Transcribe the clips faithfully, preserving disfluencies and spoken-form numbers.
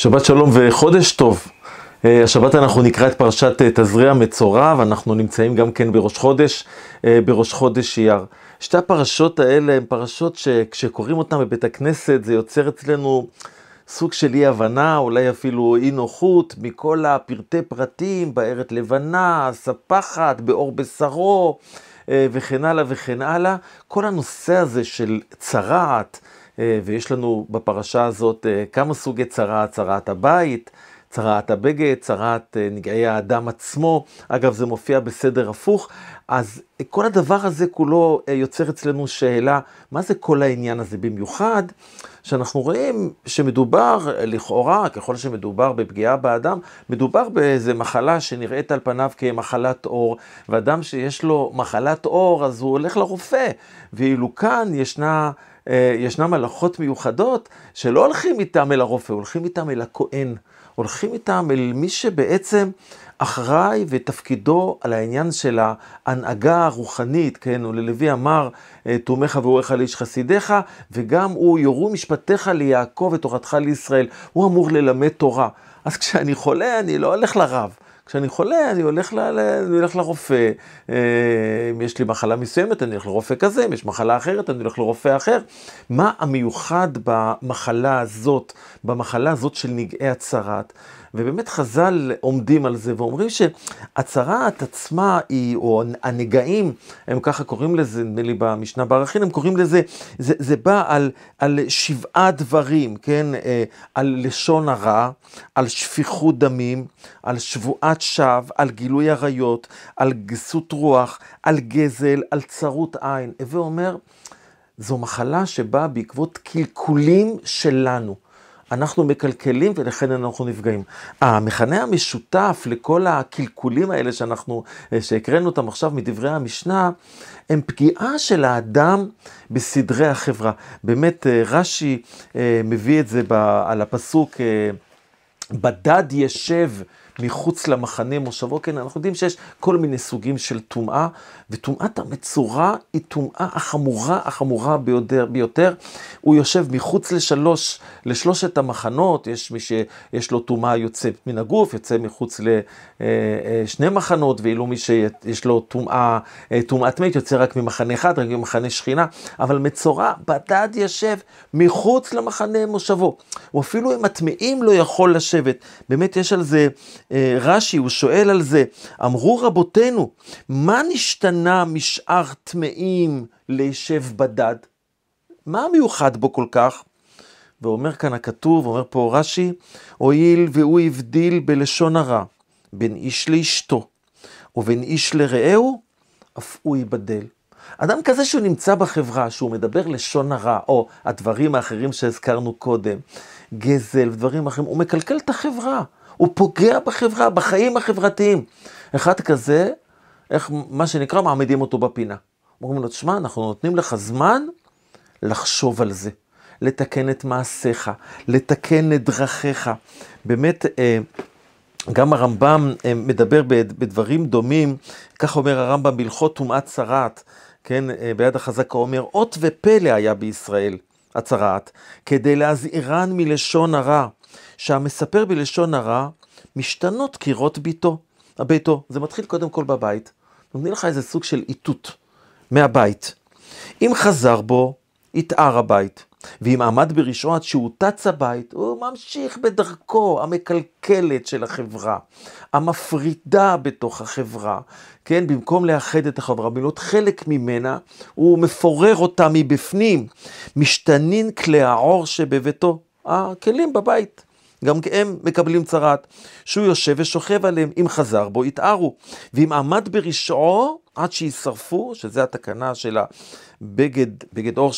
שבת שלום וחודש טוב. השבת אנחנו נקרא את פרשת תזריע מצורע, ואנחנו נמצאים גם כן בראש חודש, בראש חודש אייר. שתי הפרשות האלה הן פרשות שכשקוראים אותן בבית הכנסת זה יוצר אצלנו סוג של אי הבנה, אולי אפילו אי נוחות, מכל הפרטי פרטים, בארת לבנה, ספחת, באור בשרו, וכן הלאה וכן הלאה. כל הנושא הזה של צרעת, ויש לנו בפרשה הזאת כמה סוגי צרעת, צרעת הבית, צרעת הבגד, צרעת נגעי האדם עצמו. אגב, זה מופיע בסדר הפוך. אז כל הדבר הזה כולו יוצר אצלנו שאלה, מה זה כל העניין הזה? במיוחד שאנחנו רואים שמדובר לכאורה, ככל שמדובר בפגיעה באדם, מדובר באיזה מחלה שנראית על פניו כמחלת אור, ואדם שיש לו מחלת אור אז הוא הולך לרופא, ואילו כאן ישנה... ישנם הלכות מיוחדות שלא הולכים איתם אל הרופא, הולכים איתם אל הכהן, הולכים איתם אל מי שבעצם אחראי ותפקידו על העניין של ההנהגה הרוחנית, כן? וללוי אמר, תומך ואורך לאיש חסידיך, וגם הוא יורו משפטיך ליעקב ותורתך לישראל, הוא אמור ללמד תורה. אז כשאני חולה אני לא הולך לרב, כשאני חולה, אני הולך, ל... אני הולך לרופא. אם יש לי מחלה מסוימת, אני הולך לרופא כזה, אם יש מחלה אחרת, אני הולך לרופא אחר. מה המיוחד במחלה הזאת, במחלה הזאת של נגעי הצרעת? ובאמת חז"ל עומדים על זה ואומרים שהצרעת עצמה היא, או הנגעים, הם ככה קוראים לזה, נדמה לי במשנה בערכין, הם קוראים לזה, זה, זה בא על, על שבעה דברים, כן? על לשון הרע, על שפיכות דמים, על שבועת שווא, על גילוי עריות, על גסות רוח, על גזל, על צרות עין. הווה אומר, זו מחלה שבאה בעקבות קלקולים שלנו. אנחנו מקלקלים ולכן אנחנו נפגעים. המכנה המשותף לכל הקלקולים האלה שאנחנו, שהקראנו אותם עכשיו מדברי המשנה, הם פגיעה של האדם בסדרי החברה. באמת רש"י מביא את זה על הפסוק, בדד ישב מחוץ למחנה מושבו. כן, אנחנו יודעים שיש כל מיני סוגים של טומאה, וטומאת המצורע היא טומאה החמורה, החמורה ביותר, ביותר. הוא יושב מחוץ לשלוש, לשלושת המחנות, יש מי שיש לו טומאה יוצאת מן הגוף, יוצא מחוץ לשני מחנות, ואילו מי שיש לו טומאה, טומאת מת, יוצא רק ממחנה אחד, רק ממחנה שכינה, אבל מצורע בדד ישב מחוץ למחנה מושבו. הוא אפילו עם הטמאים לא יכול לשבת. באמת יש על זה, רש"י, הוא שואל על זה, אמרו רבותינו, מה נשתנה משאר טמאים לישב בדד? מה המיוחד בו כל כך? ואומר כאן הכתוב, אומר פה רש"י, הואיל והוא הבדיל בלשון הרע, בין איש לאשתו, ובין איש לרעהו, אף הוא יבדל. אדם כזה שהוא נמצא בחברה, שהוא מדבר לשון הרע, או הדברים האחרים שהזכרנו קודם, גזל ודברים אחרים, הוא מקלקל את החברה. הוא פוגע בחברה, בחיים החברתיים. אחד כזה, איך, מה שנקרא, מעמידים אותו בפינה. אומרים לו, תשמע, אנחנו נותנים לך זמן לחשוב על זה, לתקן את מעשיך, לתקן את דרכיך. באמת, גם הרמב"ם מדבר בדברים דומים, כך אומר הרמב"ם בהלכות טומאת צרעת, כן, ביד החזקה אומר, אות ופלא היה בישראל הצרעת, כדי להזהירן מלשון הרע, שהמספר בלשון הרע, משתנות קירות ביתו. הביתו, זה מתחיל קודם כל בבית. נותנים לך איזה סוג של איתות מהבית. אם חזר בו, יתאר הבית. ואם עמד בראשו עד שהוא תץ הבית, הוא ממשיך בדרכו המקלקלת של החברה, המפרידה בתוך החברה. כן, במקום לאחד את החברה, במילות חלק ממנה, הוא מפורר אותה מבפנים. משתנין כלי העור שבביתו. הכלים בבית, גם הם מקבלים צרעת, שהוא יושב ושוכב עליהם, אם חזר בו יתארו, ואם עמד ברשעו עד שישרפו, שזה התקנה של הבגד, בגד אור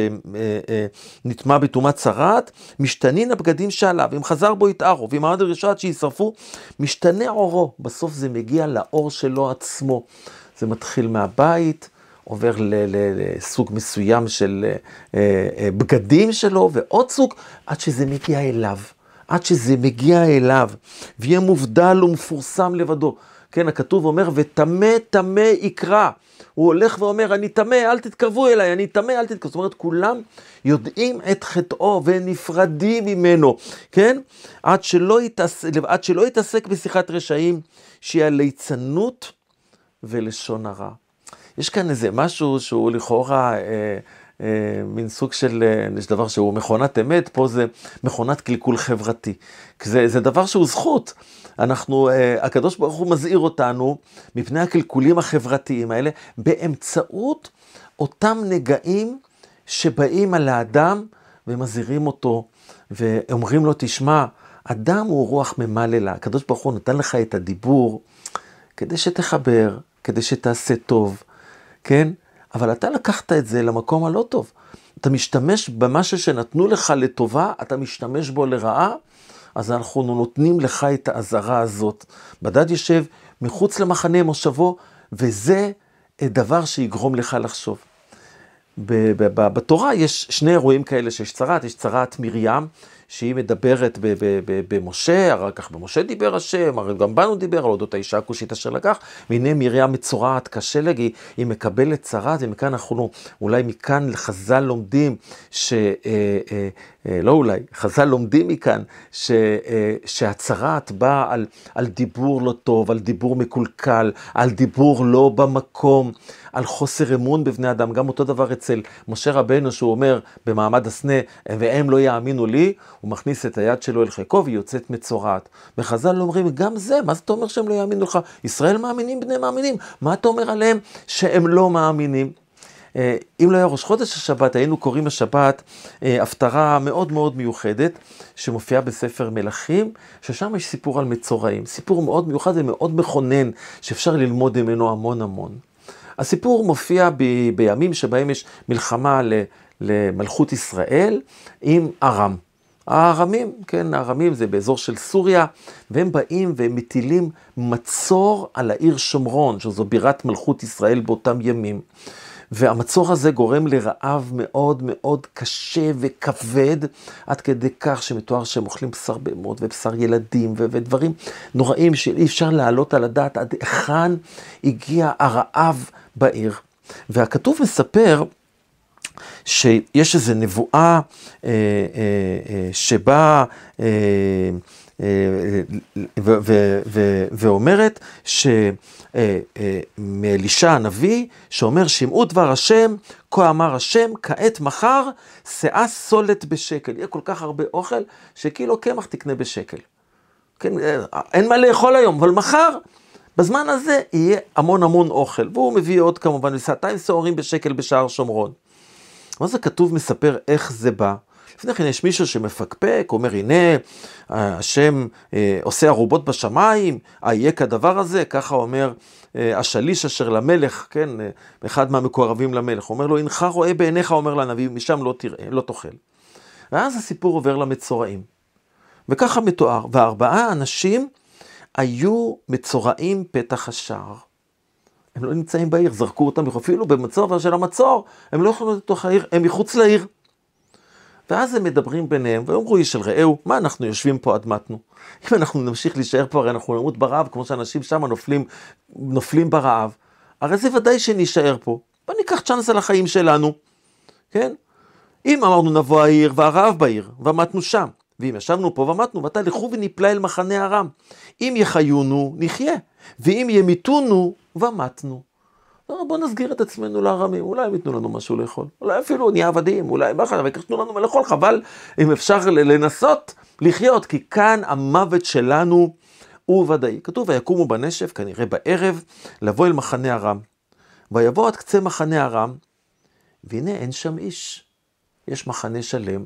שנטמע בטומאת צרעת, משתנין הבגדים שעליו, אם חזר בו יתארו, ואם עמד ברשעו עד שישרפו, משתנה עורו, בסוף זה מגיע לאור שלו עצמו, זה מתחיל מהבית, עובר לסוג מסוים של בגדים שלו, ועוד סוג, עד שזה מגיע אליו, עד שזה מגיע אליו, ויהיה מובדל ומפורסם לבדו. כן, הכתוב אומר, ותמה תמה יקרא, הוא הולך ואומר, אני טמא, אל תתקרבו אליי, אני טמא, אל תתקרבו. זאת אומרת, כולם יודעים את חטאו ונפרדים ממנו, כן? עד שלא יתעסק, עד שלא יתעסק בשיחת רשעים, שהיא הליצנות ולשון הרע. יש כאן איזה משהו שהוא לכאורה אה, אה, מין סוג של, אה, יש דבר שהוא מכונת אמת, פה זה מכונת קלקול חברתי. זה, זה דבר שהוא זכות. אנחנו, אה, הקדוש ברוך הוא מזהיר אותנו מפני הקלקולים החברתיים האלה, באמצעות אותם נגעים שבאים על האדם ומזהירים אותו, ואומרים לו, תשמע, אדם הוא רוח ממללה, הקדוש ברוך הוא נתן לך את הדיבור, כדי שתחבר, כדי שתעשה טוב, כן? אבל אתה לקחת את זה למקום הלא טוב. אתה משתמש במשהו שנתנו לך לטובה, אתה משתמש בו לרעה, אז אנחנו נותנים לך את האזהרה הזאת. בדד יושב מחוץ למחנה מושבו, וזה דבר שיגרום לך לחשוב. בתורה יש שני אירועים כאלה שיש צרת, יש צרת מרים, שהיא מדברת במשה, אחר כך במשה דיבר השם, הרי גם בנו דיבר על אודות האישה הכושית אשר לקח, והנה מרים מצורעת כשלג, היא, היא מקבלת צרת, ומכאן אנחנו, אולי מכאן חז"ל לומדים, ש, אה, אה, אה, לא אולי, חז"ל לומדים מכאן, ש, אה, שהצרת באה על, על דיבור לא טוב, על דיבור מקולקל, על דיבור לא במקום, על חוסר אמון בבני אדם, גם אותו דבר אצל משה רבנו, שהוא אומר במעמד הסנה, והם לא יאמינו לי, הוא מכניס את היד שלו אל חיקו, והיא יוצאת מצורעת. וחז"ל אומרים, גם זה, מה זאת אומר שהם לא יאמינו לך? ישראל מאמינים, בני מאמינים. מה אתה אומר עליהם שהם לא מאמינים? אם לא היה ראש חודש השבת, היינו קוראים השבת הפטרה מאוד מאוד מיוחדת, שמופיעה בספר מלכים, ששם יש סיפור על מצורעים. סיפור מאוד מיוחד ומאוד מכונן, שאפשר ללמוד ממנו המון המון. הסיפור מופיע ב- בימים שבהם יש מלחמה ל- למלכות ישראל עם ארם. הארמים, כן, הארמים זה באזור של סוריה, והם באים והם מטילים מצור על העיר שומרון, שזו בירת מלכות ישראל באותם ימים. והמצור הזה גורם לרעב מאוד מאוד קשה וכבד, עד כדי כך שמתואר שהם אוכלים בשר בהמות ובשר ילדים ו- ודברים נוראים שאי אפשר להעלות על הדעת עד היכן הגיע הרעב בעיר. והכתוב מספר שיש איזו נבואה אה, אה, אה, שבה אה, אה, ו- ו- ו- ואומרת ש... מאלישע הנביא, שאומר, שמעו דבר השם, כה אמר השם, כעת מחר, שאה סולת בשקל. יהיה כל כך הרבה אוכל, שקילו קמח תקנה בשקל. כן, אין מה לאכול היום, אבל מחר, בזמן הזה, יהיה המון המון אוכל. והוא מביא עוד כמובן, וסעתיים שעורים בשקל בשער שומרון. מה זה כתוב מספר איך זה בא? לפני כן יש מישהו שמפקפק, אומר, הנה, השם אה, עושה ערובות בשמיים, אה, יהיה כדבר הזה, ככה אומר אה, השליש אשר למלך, כן, אה, אחד מהמקורבים למלך, אומר לו, אינך רואה בעיניך, אומר לנביא, משם לא תראה, לא תאכל. ואז הסיפור עובר למצורעים. וככה מתואר, וארבעה אנשים היו מצורעים פתח השער. הם לא נמצאים בעיר, זרקו אותם, אפילו במצור של המצור, הם לא יכולים לתוך העיר, הם מחוץ לעיר. ואז הם מדברים ביניהם, ואומרו איש של רעהו, מה אנחנו יושבים פה עד מתנו? אם אנחנו נמשיך להישאר פה, הרי אנחנו נמות ברעב, כמו שאנשים שם נופלים, נופלים ברעב. הרי זה ודאי שנשאר פה. בוא ניקח צ'אנס על החיים שלנו, כן? אם אמרנו נבוא העיר, והרעב בעיר, ומתנו שם. ואם ישבנו פה ומתנו, ואתה לכו וניפלה אל מחנה הרם. אם יחיונו, נחיה. ואם ימיתונו, ומתנו. בוא נסגיר את עצמנו לארמים, אולי הם ייתנו לנו משהו לאכול, אולי אפילו נהיה עבדים, אולי מה חשב, יקחנו לנו מה לאכול, חבל אם אפשר לנסות לחיות, כי כאן המוות שלנו הוא ודאי. כתוב, ויקומו בנשף, כנראה בערב, לבוא אל מחנה הרם. ויבוא עד קצה מחנה הרם, והנה אין שם איש. יש מחנה שלם,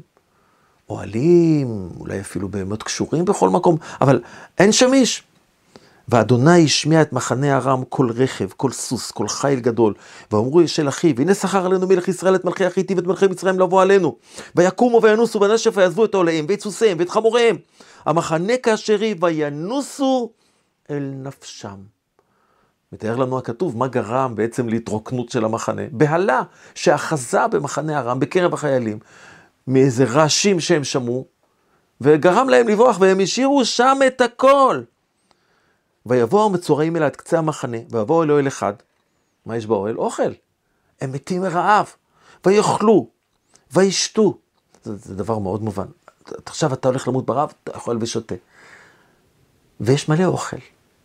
אוהלים, אולי אפילו באמת קשורים בכל מקום, אבל אין שם איש. ואדוני השמיע את מחנה הרם כל רכב, כל סוס, כל חיל גדול, ואומרו ישל אחיו, והנה שכר עלינו מלך ישראל את מלכי החיתי ואת מלכי מצרים לבוא עלינו, ויקומו וינוסו בנשף ויעזבו את העולאים ואת סוסיהם ואת חמוריהם, המחנה כאשרי וינוסו אל נפשם. מתאר לנו הכתוב מה גרם בעצם להתרוקנות של המחנה, בהלה שאחזה במחנה הרם בקרב החיילים, מאיזה רעשים שהם שמעו, וגרם להם לברוח, והם השאירו שם את הכל. ויבואו המצורעים אל עד קצה המחנה, ויבואו אלו אל אחד, מה יש באוהל? אוכל. הם מתים מרעב, ויאכלו, וישתו. זה, זה דבר מאוד מובן. עכשיו אתה הולך למות ברעב, אתה אוכל ושותה. ויש מלא אוכל.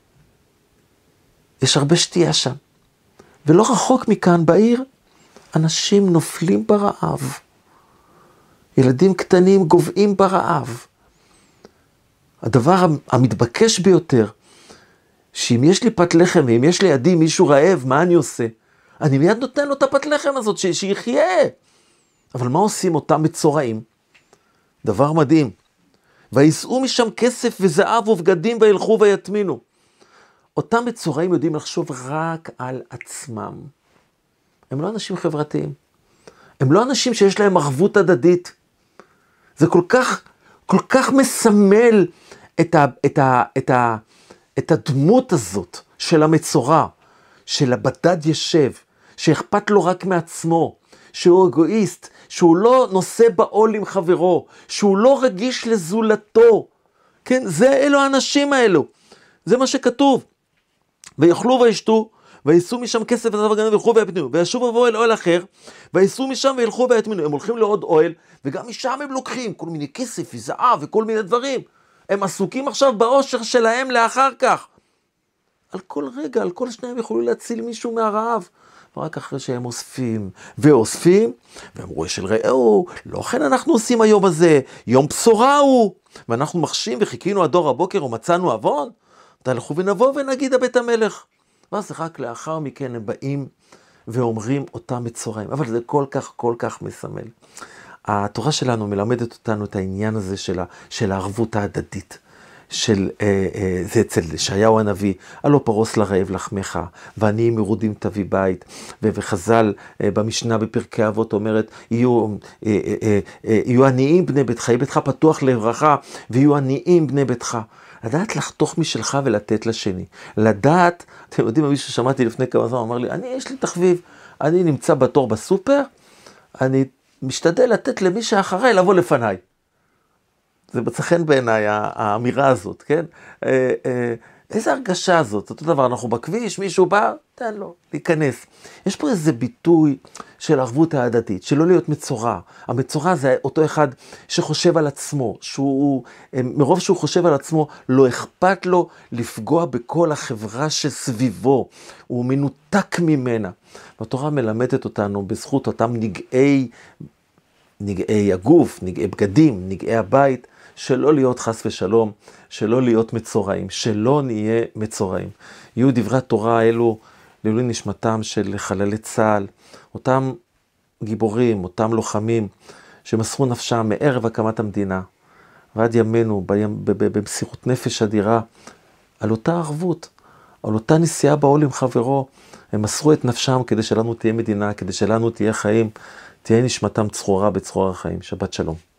יש הרבה שתייה שם. ולא רחוק מכאן בעיר, אנשים נופלים ברעב. ילדים קטנים גובעים ברעב. הדבר המתבקש ביותר, שאם יש לי פת לחם, ואם יש לידי מישהו רעב, מה אני עושה? אני מיד נותן לו את הפת לחם הזאת, ש- שיחיה. אבל מה עושים אותם מצורעים? דבר מדהים. ויסעו משם כסף וזהב ובגדים וילכו ויתמינו. אותם מצורעים יודעים לחשוב רק על עצמם. הם לא אנשים חברתיים. הם לא אנשים שיש להם ערבות הדדית. זה כל כך, כל כך מסמל את, ה, את, ה, את, ה, את הדמות הזאת של המצורע, של הבדד ישב, שאכפת לו רק מעצמו, שהוא אגואיסט, שהוא לא נושא בעול עם חברו, שהוא לא רגיש לזולתו. כן, זה אלו האנשים האלו. זה מה שכתוב. ויאכלו וישתו, ויסעו משם כסף וזהב וגנב וילכו ויתמינו, וישובו ובואו אל אוהל אחר, ויסעו משם וילכו ויתמינו. הם הולכים לעוד אוהל, וגם משם הם לוקחים כל מיני כסף וזהב וכל מיני דברים. הם עסוקים עכשיו באושר שלהם לאחר כך. על כל רגע, על כל שניים יכולו להציל מישהו מהרעב. ורק אחרי שהם אוספים ואוספים, והם רואים של ראו, לא כן אנחנו עושים היום הזה, יום בשורה הוא, ואנחנו מחשים וחיכינו עד אור הבוקר ומצאנו אבון, תלכו ונבוא ונגיד הבית המלך. ואז רק לאחר מכן הם באים ואומרים אותם מצורעים, אבל זה כל כך כל כך מסמל. התורה שלנו מלמדת אותנו את העניין הזה של, ה, של הערבות ההדדית, של, אה, אה, זה אצל ישעיהו הנביא, הלא פרוס לרעב לחמך, ועניים מרודים תביא בית, ו- וחז"ל אה, במשנה בפרקי אבות אומרת, יהיו, אה, אה, אה, אה, יהיו עניים בני ביתך, יהיה ביתך פתוח לברכה, ויהיו עניים בני ביתך. לדעת לחתוך משלך ולתת לשני. לדעת, אתם יודעים, מישהו שמעתי לפני כמה זמן, אמר לי, אני, יש לי תחביב, אני נמצא בתור בסופר, אני משתדל לתת למי שאחריי לבוא לפניי. זה מצא חן בעיניי, האמירה הזאת, כן? איזה הרגשה הזאת? אותו דבר, אנחנו בכביש, מישהו בא, תן לו, להיכנס. יש פה איזה ביטוי של ערבות ההדדית, שלא להיות מצורע. המצורע זה אותו אחד שחושב על עצמו, שהוא, מרוב שהוא חושב על עצמו, לא אכפת לו לפגוע בכל החברה שסביבו. הוא מנותק ממנה. והתורה מלמדת אותנו בזכות אותם נגעי, נגעי הגוף, נגעי בגדים, נגעי הבית, שלא להיות חס ושלום, שלא להיות מצורעים, שלא נהיה מצורעים. יהיו דברי התורה האלו לעילוי נשמתם של חללי צה"ל, אותם גיבורים, אותם לוחמים שמסרו נפשם מערב הקמת המדינה, ועד ימינו במסירות נפש אדירה, על אותה ערבות, על אותה נסיעה בעול עם חברו, הם מסרו את נפשם כדי שלנו תהיה מדינה, כדי שלנו תהיה חיים, תהיה נשמתם צרורה בצרור החיים. שבת שלום.